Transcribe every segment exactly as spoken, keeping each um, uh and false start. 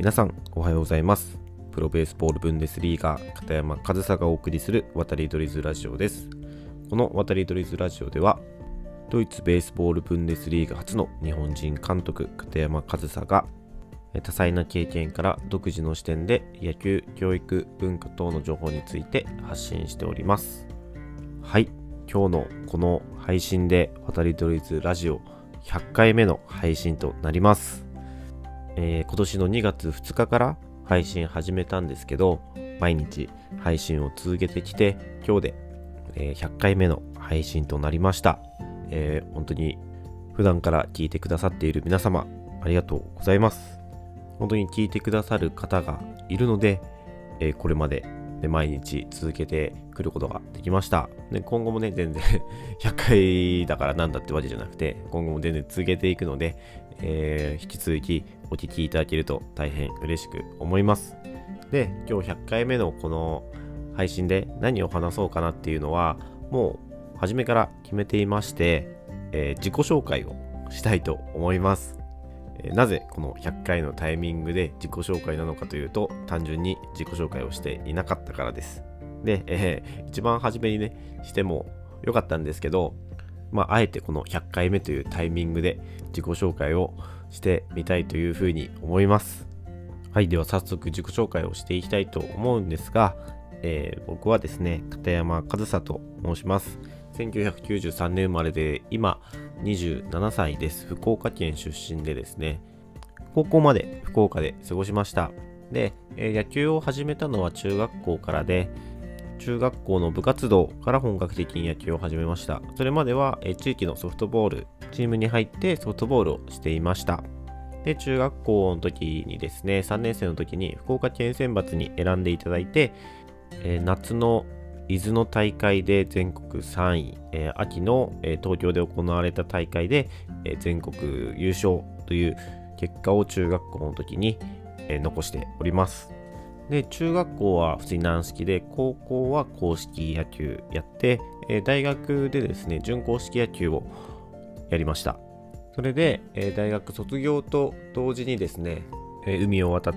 皆さんおはようございます。プロベースボールブンデスリーガー片山和沙がお送りする渡り鳥ズラジオです。この渡り鳥ズラジオではドイツベースボールブンデスリーガ初の日本人監督片山和沙が多彩な経験から独自の視点で野球、教育、文化等の情報について発信しております。はい、今日のこの配信で渡り鳥ズラジオひゃっかいめの配信となります。えー、今年のにがつふつかから配信始めたんですけど、毎日配信を続けてきて今日で、えー、ひゃっかいめの配信となりました。えー、本当に普段から聞いてくださっている皆様ありがとうございます。本当に聞いてくださる方がいるので、えー、これまで、ね、毎日続けてくることができました。で今後もね全然ひゃっかいだからなんだってわけじゃなくて、今後も全然続けていくので、えー、引き続きお聞きいただけると大変嬉しく思います。で今日ひゃっかいめのこの配信で何を話そうかなっていうのはもう初めから決めていまして、えー、自己紹介をしたいと思います。えー、なぜこのひゃっかいのタイミングで自己紹介なのかというと、単純に自己紹介をしていなかったからです。で、えー、一番初めにねしてもよかったんですけど、まあ、あえてこのひゃっかいめというタイミングで自己紹介をしてみたいというふうに思います。はい、では早速自己紹介をしていきたいと思うんですが、えー、僕はですね、片山和沙と申します。せんきゅうひゃくきゅうじゅうさんねん生まれで、今にじゅうななさいです。福岡県出身でですね、高校まで福岡で過ごしました。で、えー、野球を始めたのは中学校からで、中学校の部活動から本格的に野球を始めました。それまでは、えー、地域のソフトボールチームに入ってソフトボールをしていました。で、中学校の時にですね、さんねん生の時に福岡県選抜に選んでいただいて、えー、夏の伊豆の大会で全国さんい、えー、秋の、えー、東京で行われた大会で、えー、全国優勝という結果を中学校の時に、えー、残しております。で、中学校は普通に軟式で、高校は硬式野球やって、えー、大学でですね、準硬式野球をやりました。それで、えー、大学卒業と同時にですね、えー、海を渡って、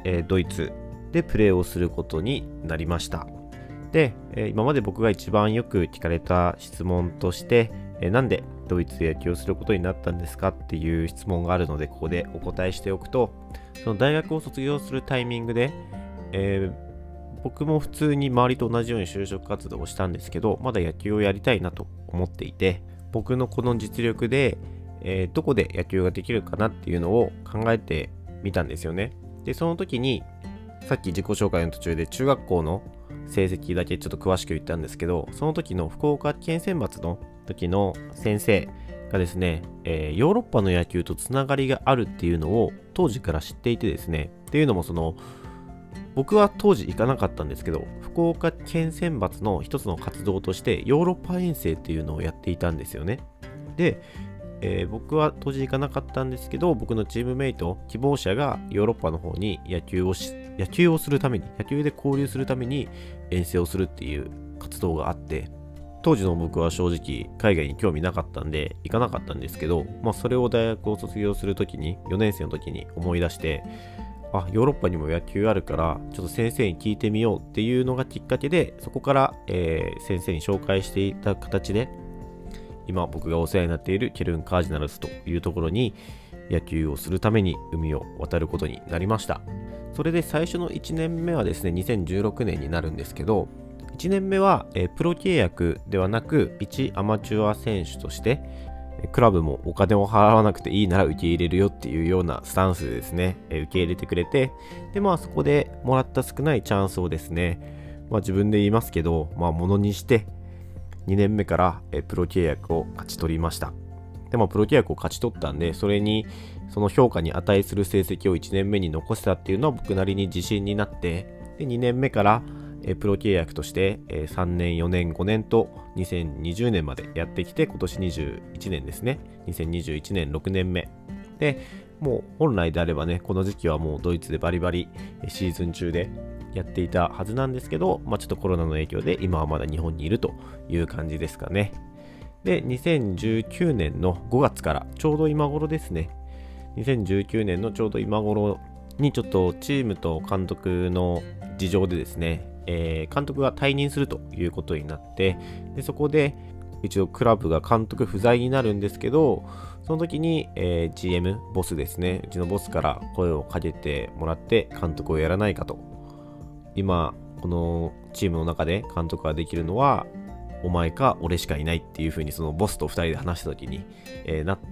えー、ドイツでプレーをすることになりました。で、えー、今まで僕が一番よく聞かれた質問として、えー、なんでドイツで野球をすることになったんですかっていう質問があるので、ここでお答えしておくと、その大学を卒業するタイミングで、えー、僕も普通に周りと同じように就職活動をしたんですけど、まだ野球をやりたいなと思っていて、僕のこの実力で、えー、どこで野球ができるかなっていうのを考えてみたんですよね。で、その時にさっき自己紹介の途中で中学校の成績だけちょっと詳しく言ったんですけど、その時の福岡県選抜の時の先生がですね、えー、ヨーロッパの野球とつながりがあるっていうのを当時から知っていてですね、っていうのもその僕は当時行かなかったんですけど、福岡県選抜の一つの活動としてヨーロッパ遠征っていうのをやっていたんですよね。で、えー、僕は当時行かなかったんですけど、僕のチームメイト、希望者がヨーロッパの方に野球をし、野球をするために、野球で交流するために遠征をするっていう活動があって、当時の僕は正直海外に興味なかったんで行かなかったんですけど、まあそれを大学を卒業するときに、よねん生の時に思い出して、あ、ヨーロッパにも野球あるからちょっと先生に聞いてみようっていうのがきっかけで、そこから、えー、先生に紹介していた形で今僕がお世話になっているケルンカージナルスというところに野球をするために海を渡ることになりました。それで最初のいちねんめはですね、にせんじゅうろくねんになるんですけど、いちねんめは、えー、プロ契約ではなく一アマチュア選手としてクラブもお金を払わなくていいなら受け入れるよっていうようなスタンスでですね、え受け入れてくれて、でまあそこでもらった少ないチャンスをですね、まあ自分で言いますけど、まあものにしてにねんめからえプロ契約を勝ち取りました。でもプロ契約を勝ち取ったんで、それにその評価に値する成績をいちねんめに残せたっていうのは僕なりに自信になって、でにねんめからえプロ契約としてえさんねん、よねん、ごねんとにせんにじゅうねんまでやってきて、今年にじゅういちねんですね。にせんにじゅういちねんろくねんめで、もう本来であればね、この時期はもうドイツでバリバリシーズン中でやっていたはずなんですけど、まあ、ちょっとコロナの影響で今はまだ日本にいるという感じですかね。で、にせんじゅうきゅうねんのごがつからちょうど今頃ですね。にせんじゅうきゅうねんのちょうど今頃にちょっとチームと監督の事情でですね、えー、監督が退任するということになって、でそこで一応クラブが監督不在になるんですけど、その時に、えー、ジーエム、ボスですね、うちのボスから声をかけてもらって監督をやらないかと。今このチームの中で監督ができるのはお前か俺しかいないっていう風にそのボスとふたりで話した時に、えー、なって、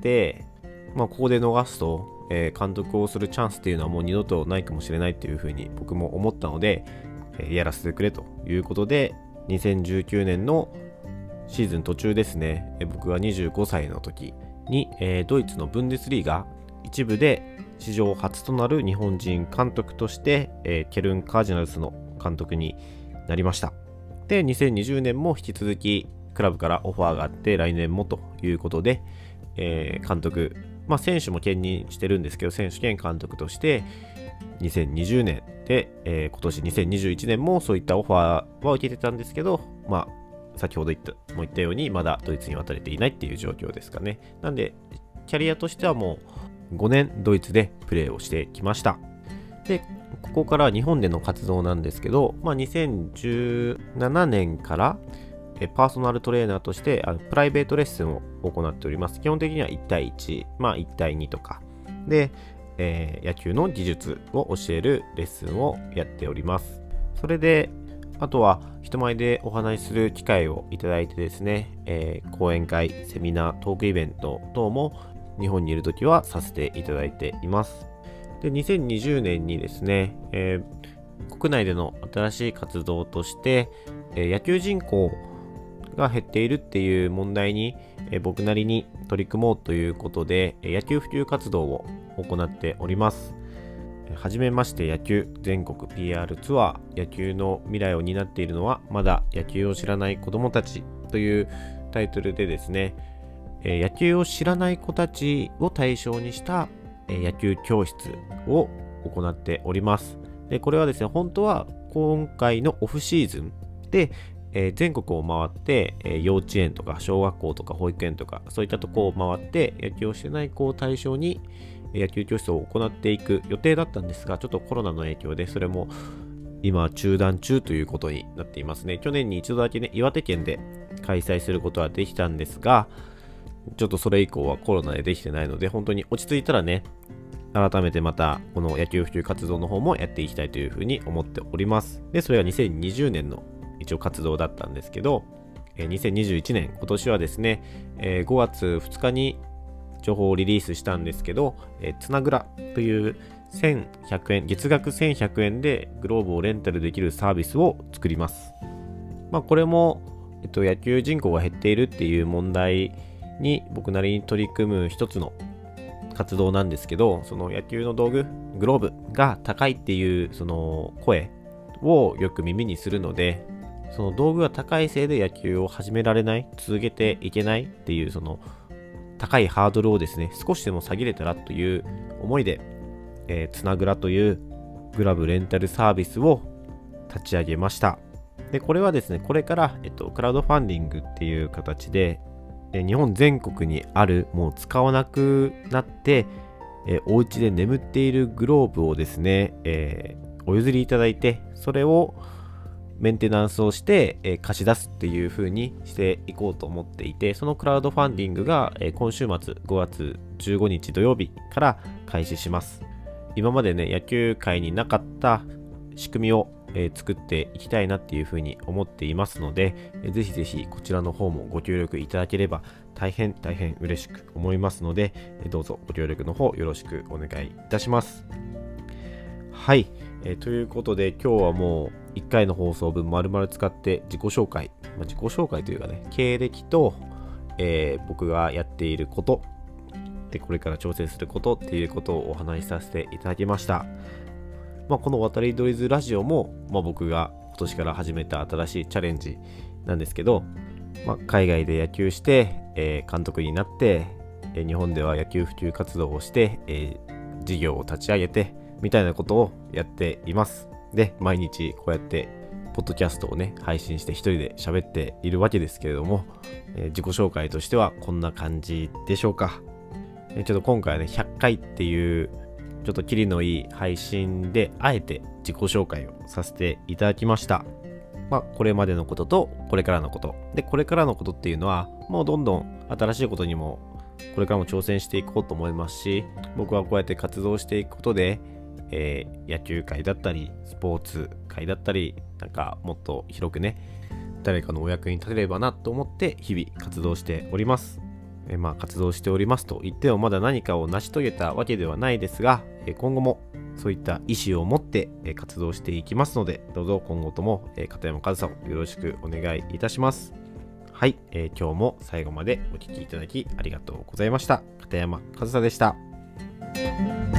まあここで逃すと、えー、監督をするチャンスっていうのはもう二度とないかもしれないっていう風に僕も思ったので、えー、やらせてくれということで、にせんじゅうきゅうねんのシーズン途中ですね、えー、僕がにじゅうごさいの時に、えー、ドイツのブンデスリーガ一部で史上初となる日本人監督として、えー、ケルン・カージナルスの監督になりました。で、にせんにじゅうねんも引き続きクラブからオファーがあって来年もということで、えー、監督、まあ選手も兼任してるんですけど、選手兼監督としてにせんにじゅうねんで、えー、今年にせんにじゅういちねんもそういったオファーは受けてたんですけど、まあ先ほど言ったもう言ったようにまだドイツに渡れていないっていう状況ですかね。なんでキャリアとしてはもうごねんドイツでプレーをしてきました。で、ここから日本での活動なんですけど、まあ、にせんじゅうななねんからえパーソナルトレーナーとしてあのプライベートレッスンを行っております。基本的にはいちたいいち、まあいちたいにとかで、えー、野球の技術を教えるレッスンをやっております。それであとは人前でお話しする機会をいただいてですね、えー、講演会、セミナー、トークイベント等も日本にいるときはさせていただいています。で、にせんにじゅうねんにですね、えー、国内での新しい活動として、えー、野球人口が減っているっていう問題に、えー、僕なりに取り組もうということで、えー、野球普及活動を行っております。はじめまして野球全国 ピーアール ツアー、野球の未来を担っているのはまだ野球を知らない子どもたちというタイトルでですね、えー、野球を知らない子たちを対象にした野球教室を行っております。で、これはですね、本当は今回のオフシーズンで、えー、全国を回って、えー、幼稚園とか小学校とか保育園とかそういったところを回って野球をしてない子を対象に野球教室を行っていく予定だったんですが、ちょっとコロナの影響でそれも今中断中ということになっていますね。去年に一度だけね、岩手県で開催することはできたんですが、ちょっとそれ以降はコロナでできてないので、本当に落ち着いたらね、改めてまたこの野球普及活動の方もやっていきたいというふうに思っております。で、それはにせんにじゅうねんの一応活動だったんですけど、にせんにじゅういちねん、今年はですね、ごがつふつかに情報をリリースしたんですけど、つなぐらというせんひゃくえん、月額せんひゃくえんでグローブをレンタルできるサービスを作ります。まあこれも、えっと、野球人口が減っているっていう問題に僕なりに取り組む一つの活動なんですけど、その野球の道具、グローブが高いっていうその声をよく耳にするので、その道具が高いせいで野球を始められない、続けていけないっていうその高いハードルをですね、少しでも下げれたらという思いで、えー、つなぐらというグラブレンタルサービスを立ち上げました。で、これはですね、これから、えっと、クラウドファンディングっていう形で、えー、日本全国にある、もう使わなくなって、えー、お家で眠っているグローブをですね、えー、お譲りいただいて、それをメンテナンスをして、えー、貸し出すっていう風にしていこうと思っていて、そのクラウドファンディングが、えー、今週末ごがつじゅうごにち土曜日から開始します。今までね、野球界になかった仕組みを、えー、作っていきたいなっていう風に思っていますので、えー、ぜひぜひこちらの方もご協力いただければ大変大変嬉しく思いますので、えー、どうぞご協力の方よろしくお願いいたします。はい、えー、ということで今日はもういっかいの放送分丸々使って自己紹介、まあ、自己紹介というかね、経歴と、えー、僕がやっていることで、これから挑戦することっていうことをお話しさせていただきました。まあ、この渡りドリズラジオも、まあ、僕が今年から始めた新しいチャレンジなんですけど、まあ、海外で野球して、えー、監督になって、えー、日本では野球普及活動をして、えー、事業を立ち上げてみたいなことをやっています。で、毎日こうやってポッドキャストをね配信して一人で喋っているわけですけれども、えー、自己紹介としてはこんな感じでしょうか。えー、ちょっと今回はねひゃっかいっていうちょっちょっとキリのいい配信であえて自己紹介をさせていただきました。まあこれまでのこととこれからのことで、これからのことっていうのはもうどんどん新しいことにもこれからも挑戦していこうと思いますし、僕はこうやって活動していくことで、えー、野球界だったりスポーツ界だったり、なんかもっと広くね誰かのお役に立てればなと思って日々活動しております。えー、まあ活動しておりますと言ってもまだ何かを成し遂げたわけではないですが、えー、今後もそういった意思を持って、えー、活動していきますので、どうぞ今後とも、えー、片山和沙をよろしくお願いいたします。はい、えー、今日も最後までお聞きいただきありがとうございました。片山和沙でした。